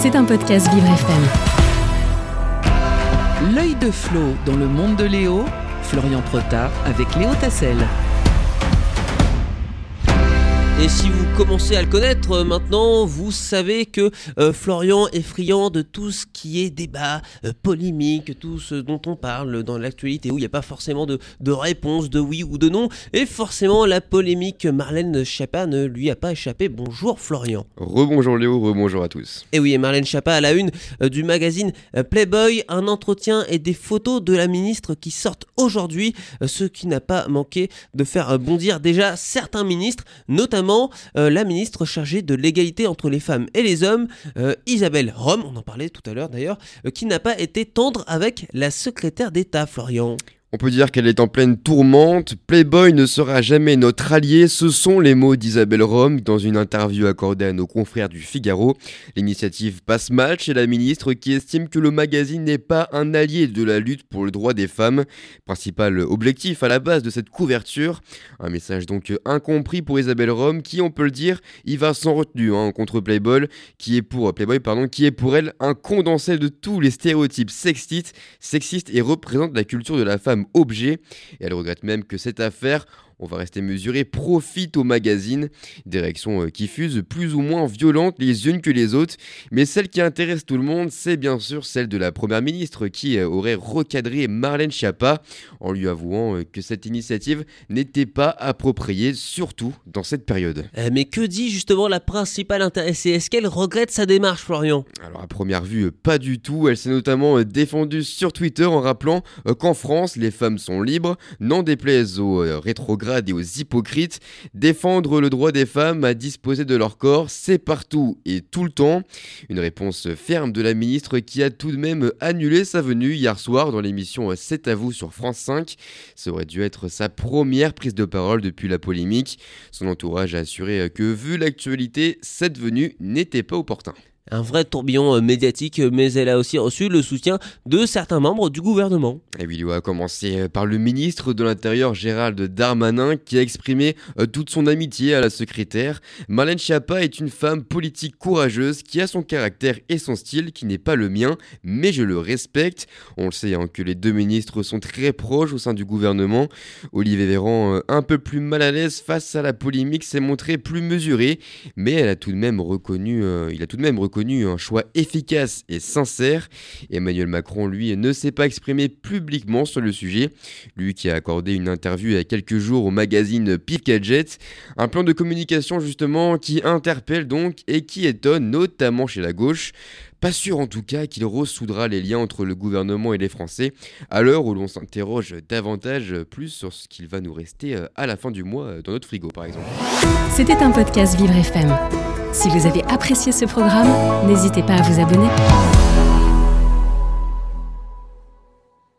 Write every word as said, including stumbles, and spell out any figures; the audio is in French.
C'est un podcast Vivre F M. L'œil de Flo dans le monde de Léo, Florian Protard avec Léo Tassel. Et si vous commencez à le connaître euh, maintenant, vous savez que euh, Florian est friand de tout ce qui est débat, euh, polémique, tout ce dont on parle dans l'actualité où il n'y a pas forcément de, de réponse, de oui ou de non. Et forcément, la polémique Marlène Schiappa ne lui a pas échappé. Bonjour Florian. Rebonjour Léo, rebonjour à tous. Et oui, et Marlène Schiappa à la une euh, du magazine euh, Playboy, un entretien et des photos de la ministre qui sortent aujourd'hui, euh, ce qui n'a pas manqué de faire euh, bondir déjà certains ministres, notamment Euh, la ministre chargée de l'égalité entre les femmes et les hommes, euh, Isabelle Rome, on en parlait tout à l'heure d'ailleurs, euh, qui n'a pas été tendre avec la secrétaire d'État, Florian. On peut dire qu'elle est en pleine tourmente. Playboy ne sera jamais notre allié. Ce sont les mots d'Isabelle Rome dans une interview accordée à nos confrères du Figaro. L'initiative passe mal chez la ministre qui estime que le magazine n'est pas un allié de la lutte pour le droit des femmes. Principal objectif à la base de cette couverture. Un message donc incompris pour Isabelle Rome qui, on peut le dire, y va sans retenue hein, contre Playboy, qui est pour Playboy, pardon, qui est pour elle un condensé de tous les stéréotypes sexistes, sexistes et représente la culture de la femme objet, et elle regrette même que cette affaire, on va rester mesuré, profite au magazine. Des réactions qui fusent plus ou moins violentes les unes que les autres, mais celle qui intéresse tout le monde, c'est bien sûr celle de la première ministre qui aurait recadré Marlène Schiappa en lui avouant que cette initiative n'était pas appropriée, surtout dans cette période. Euh, mais que dit justement la principale intéressée ? Est-ce qu'elle regrette sa démarche, Florian ? Alors à première vue, pas du tout. Elle s'est notamment défendue sur Twitter en rappelant qu'en France, les femmes sont libres, n'en déplaise aux rétrogrades et aux hypocrites. Défendre le droit des femmes à disposer de leur corps, c'est partout et tout le temps. Une réponse ferme de la ministre qui a tout de même annulé sa venue hier soir dans l'émission C'est à vous sur France cinq. Ça aurait dû être sa première prise de parole depuis la polémique. Son entourage a assuré que vu l'actualité, cette venue n'était pas opportune. Un vrai tourbillon médiatique, mais elle a aussi reçu le soutien de certains membres du gouvernement. Et oui, il a commencé par le ministre de l'Intérieur Gérald Darmanin qui a exprimé toute son amitié à la secrétaire. Marlène Schiappa est une femme politique courageuse qui a son caractère et son style qui n'est pas le mien, mais je le respecte. On le sait hein, que les deux ministres sont très proches au sein du gouvernement. Olivier Véran, un peu plus mal à l'aise face à la polémique, s'est montré plus mesuré, mais elle a tout de même reconnu, euh, il a tout de même reconnu un choix efficace et sincère. Emmanuel Macron, lui, ne s'est pas exprimé publiquement sur le sujet. Lui qui a accordé une interview il y a quelques jours au magazine Pif Gadget. Un plan de communication justement qui interpelle donc et qui étonne, notamment chez la gauche. Pas sûr en tout cas qu'il ressoudra les liens entre le gouvernement et les Français, à l'heure où l'on s'interroge davantage plus sur ce qu'il va nous rester à la fin du mois dans notre frigo par exemple. C'était un podcast Vivre F M. Si vous avez apprécié ce programme, n'hésitez pas à vous abonner.